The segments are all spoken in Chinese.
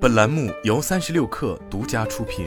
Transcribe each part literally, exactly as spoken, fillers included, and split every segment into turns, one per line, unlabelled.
本栏目由三十六氪独家出品。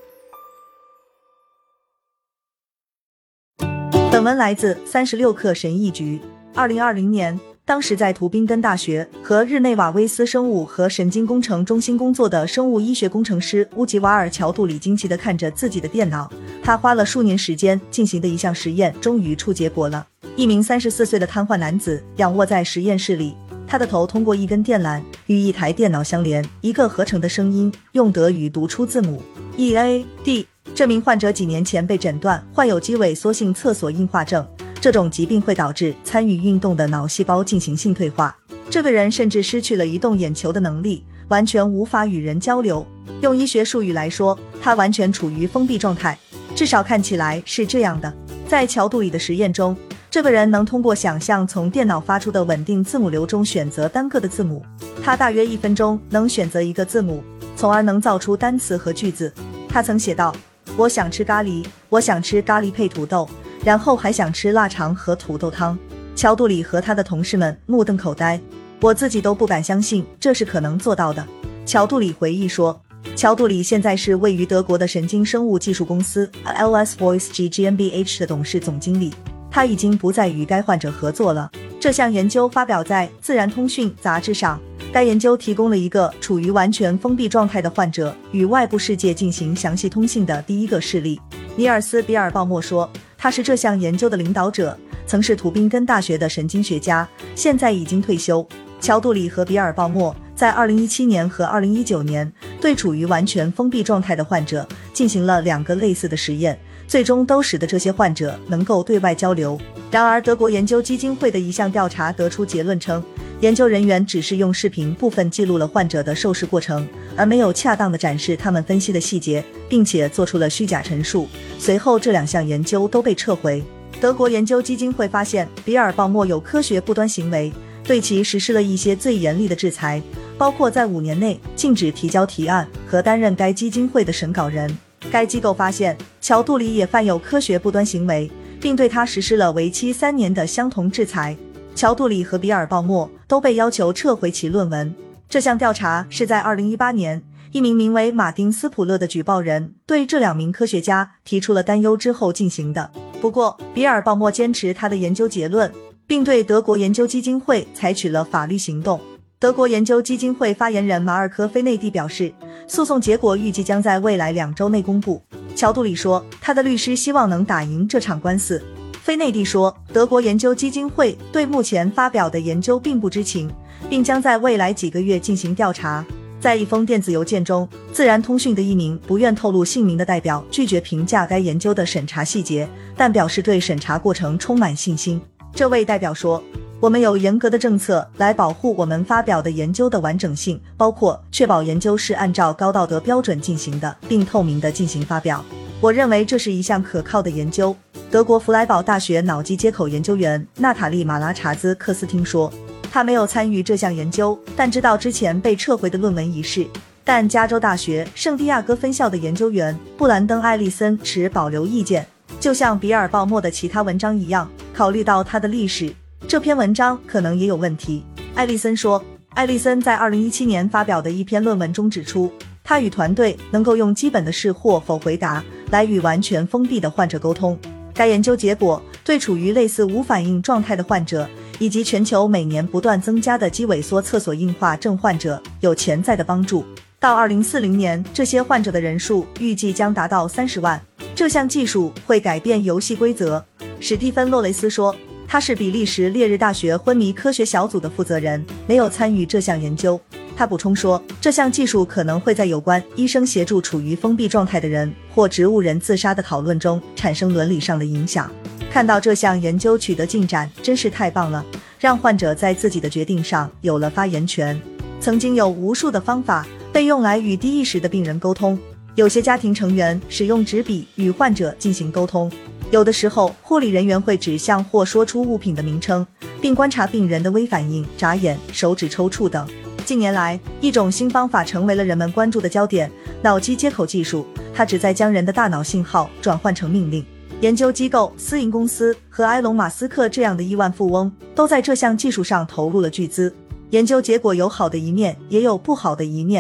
本文来自三十六氪神译局。二零二零年，当时在图宾根大学和日内瓦威斯生物和神经工程中心工作的生物医学工程师乌吉瓦尔·乔杜里惊奇地看着自己的电脑，他花了数年时间进行的一项实验终于出结果了。一名三十四岁的瘫痪男子仰卧在实验室里，他的头通过一根电缆与一台电脑相连，一个合成的声音用德语读出字母 E A D。 这名患者几年前被诊断患有肌萎缩性厕所硬化症，这种疾病会导致参与运动的脑细胞进行性退化，这个人甚至失去了移动眼球的能力，完全无法与人交流。用医学术语来说，他完全处于封闭状态，至少看起来是这样的。在乔杜里的实验中，这个人能通过想象从电脑发出的稳定字母流中选择单个的字母，他大约一分钟能选择一个字母，从而能造出单词和句子。他曾写道：我想吃咖喱，我想吃咖喱配土豆，然后还想吃腊肠和土豆汤。乔杜里和他的同事们目瞪口呆，我自己都不敢相信这是可能做到的。乔杜里回忆说，乔杜里现在是位于德国的神经生物技术公司 L S Voice G GmbH 的董事总经理，他已经不再与该患者合作了。这项研究发表在《自然通讯》杂志上，该研究提供了一个处于完全封闭状态的患者与外部世界进行详细通信的第一个事例。尼尔斯·比尔鲍默说，他是这项研究的领导者，曾是图宾根大学的神经学家，现在已经退休。乔杜里和比尔鲍默在二零一七年和二零一九年对处于完全封闭状态的患者进行了两个类似的实验，最终都使得这些患者能够对外交流。然而，德国研究基金会的一项调查得出结论称，研究人员只是用视频部分记录了患者的受试过程，而没有恰当地展示他们分析的细节，并且做出了虚假陈述。随后这两项研究都被撤回。德国研究基金会发现比尔鲍默有科学不端行为，对其实施了一些最严厉的制裁，包括在五年内禁止提交提案和担任该基金会的审稿人。该机构发现乔杜里也犯有科学不端行为，并对他实施了为期三年的相同制裁。乔杜里和比尔鲍默都被要求撤回其论文。这项调查是在二零一八年，一名名为马丁斯普勒的举报人对这两名科学家提出了担忧之后进行的。不过，比尔鲍默坚持他的研究结论，并对德国研究基金会采取了法律行动。德国研究基金会发言人马尔科·菲内蒂表示，诉讼结果预计将在未来两周内公布。乔杜里说，他的律师希望能打赢这场官司。菲内蒂说，德国研究基金会对目前发表的研究并不知情，并将在未来几个月进行调查。在一封电子邮件中，自然通讯的一名不愿透露姓名的代表拒绝评价该研究的审查细节，但表示对审查过程充满信心。这位代表说，我们有严格的政策来保护我们发表的研究的完整性，包括确保研究是按照高道德标准进行的，并透明地进行发表。我认为这是一项可靠的研究。德国弗莱堡大学脑机接口研究员娜塔莉·马拉查兹克斯汀说，他没有参与这项研究，但知道之前被撤回的论文一事。但加州大学圣地亚哥分校的研究员布兰登·艾利森持保留意见，就像比尔鲍默的其他文章一样，考虑到他的历史，这篇文章可能也有问题。艾利森说，艾利森在二零一七年发表的一篇论文中指出，他与团队能够用基本的是或否回答来与完全封闭的患者沟通。该研究结果对处于类似无反应状态的患者以及全球每年不断增加的肌萎缩厕所硬化症患者有潜在的帮助。到二零四零年，这些患者的人数预计将达到三十万。这项技术会改变游戏规则。史蒂芬·洛雷斯说，他是比利时列日大学昏迷科学小组的负责人，没有参与这项研究。他补充说，这项技术可能会在有关医生协助处于封闭状态的人或植物人自杀的讨论中产生伦理上的影响。看到这项研究取得进展真是太棒了，让患者在自己的决定上有了发言权。曾经有无数的方法被用来与低意识的病人沟通，有些家庭成员使用纸笔与患者进行沟通，有的时候护理人员会指向或说出物品的名称，并观察病人的微反应、眨眼、手指抽搐等。近年来，一种新方法成为了人们关注的焦点，脑机接口技术，它旨在将人的大脑信号转换成命令。研究机构、私营公司和埃隆·马斯克这样的亿万富翁都在这项技术上投入了巨资。研究结果有好的一面，也有不好的一面，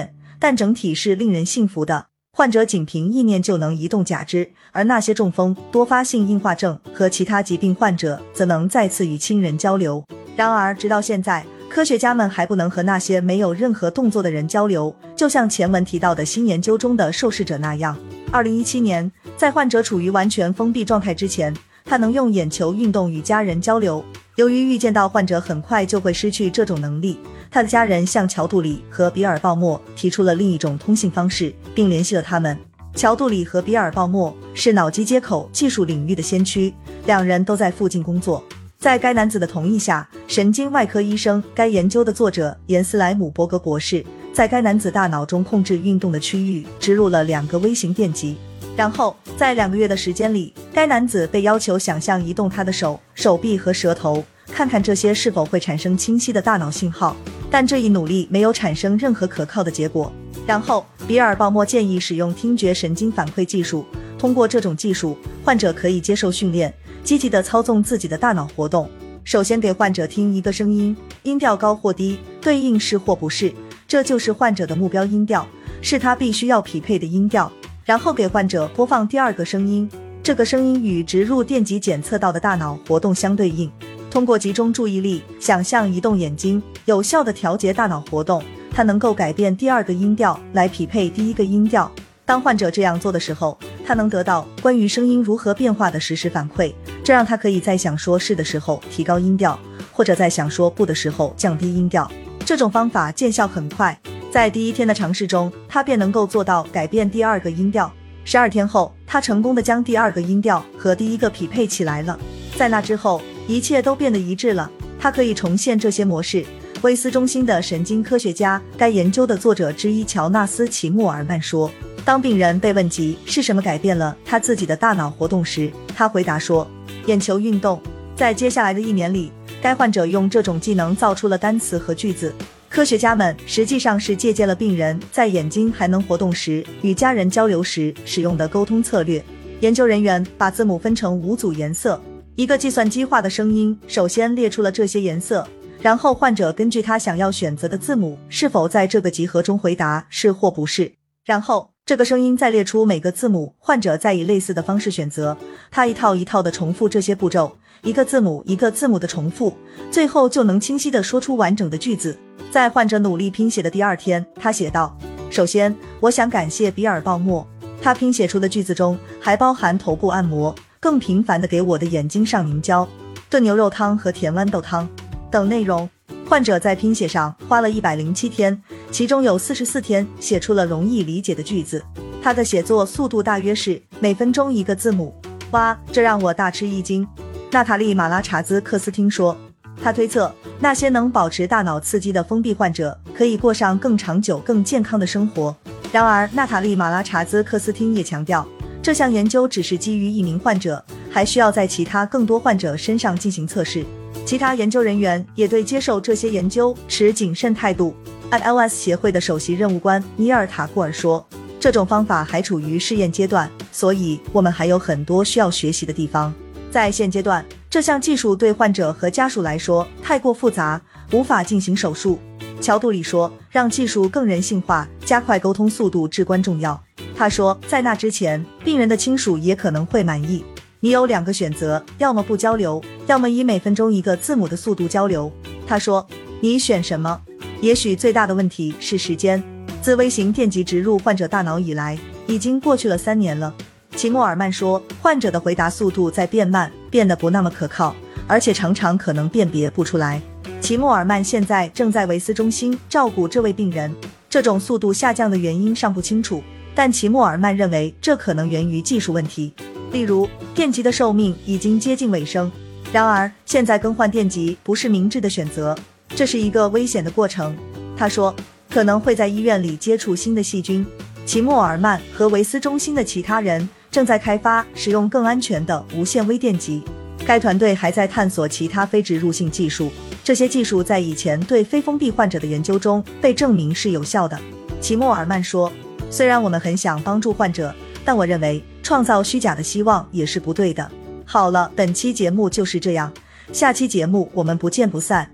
但整体是令人信服的。患者仅凭意念就能移动假肢，而那些中风、多发性硬化症和其他疾病患者则能再次与亲人交流。然而，直到现在，科学家们还不能和那些没有任何动作的人交流，就像前文提到的新研究中的受试者那样。二零一七年，在患者处于完全封闭状态之前，他能用眼球运动与家人交流。由于预见到患者很快就会失去这种能力，他的家人向乔杜里和比尔鲍默提出了另一种通信方式，并联系了他们。乔杜里和比尔鲍默是脑机接口技术领域的先驱，两人都在附近工作。在该男子的同意下，神经外科医生、该研究的作者严斯莱姆伯格博士在该男子大脑中控制运动的区域植入了两个微型电极。然后在两个月的时间里，该男子被要求想象移动他的手、手臂和舌头，看看这些是否会产生清晰的大脑信号。但这一努力没有产生任何可靠的结果。然后比尔鲍默建议使用听觉神经反馈技术，通过这种技术，患者可以接受训练，积极地操纵自己的大脑活动。首先给患者听一个声音，音调高或低，对应是或不是，这就是患者的目标音调，是他必须要匹配的音调。然后给患者播放第二个声音，这个声音与植入电极检测到的大脑活动相对应。通过集中注意力，想象移动眼睛，有效地调节大脑活动，它能够改变第二个音调来匹配第一个音调。当患者这样做的时候，他能得到关于声音如何变化的实时反馈，这让他可以在想说是的时候提高音调，或者在想说不的时候降低音调。这种方法见效很快，在第一天的尝试中，他便能够做到改变第二个音调。十二天后，他成功地将第二个音调和第一个匹配起来了。在那之后，一切都变得一致了。他可以重现这些模式。威斯中心的神经科学家，该研究的作者之一乔纳斯·齐默尔曼说，当病人被问及是什么改变了他自己的大脑活动时，他回答说，眼球运动。在接下来的一年里，该患者用这种技能造出了单词和句子。科学家们实际上是借鉴了病人在眼睛还能活动时与家人交流时使用的沟通策略。研究人员把字母分成五组颜色，一个计算机化的声音首先列出了这些颜色，然后患者根据他想要选择的字母是否在这个集合中回答是或不是，然后这个声音再列出每个字母，患者再以类似的方式选择，他一套一套的重复这些步骤，一个字母一个字母的重复，最后就能清晰地说出完整的句子。在患者努力拼写的第二天，他写道，首先我想感谢比尔鲍默，他拼写出的句子中还包含头部按摩，更频繁地给我的眼睛上凝胶，炖牛肉汤和甜豌豆汤等内容。患者在拼写上花了一百零七天，其中有四十四天写出了容易理解的句子。他的写作速度大约是每分钟一个字母。哇，这让我大吃一惊。娜塔莉·马拉查兹克斯汀说，他推测那些能保持大脑刺激的封闭患者可以过上更长久、更健康的生活。然而，娜塔莉·马拉查兹克斯汀也强调，这项研究只是基于一名患者，还需要在其他更多患者身上进行测试。其他研究人员也对接受这些研究持谨慎态度。I L S 协会的首席任务官尼尔塔库尔说，这种方法还处于试验阶段，所以我们还有很多需要学习的地方。在现阶段，这项技术对患者和家属来说太过复杂，无法进行手术。乔杜里说，让技术更人性化，加快沟通速度至关重要。他说，在那之前，病人的亲属也可能会满意。你有两个选择，要么不交流，要么以每分钟一个字母的速度交流。他说，你选什么？也许最大的问题是时间。自微型电极植入患者大脑以来，已经过去了三年了。齐默尔曼说，患者的回答速度在变慢，变得不那么可靠，而且常常可能辨别不出来。齐默尔曼现在正在维斯中心照顾这位病人，这种速度下降的原因尚不清楚，但齐默尔曼认为这可能源于技术问题。例如，电极的寿命已经接近尾声，然而现在更换电极不是明智的选择，这是一个危险的过程。他说，可能会在医院里接触新的细菌。齐默尔曼和维斯中心的其他人正在开发使用更安全的无线微电极，该团队还在探索其他非植入性技术，这些技术在以前对非封闭患者的研究中被证明是有效的。齐默尔曼说，虽然我们很想帮助患者，但我认为创造虚假的希望也是不对的。好了，本期节目就是这样，下期节目我们不见不散。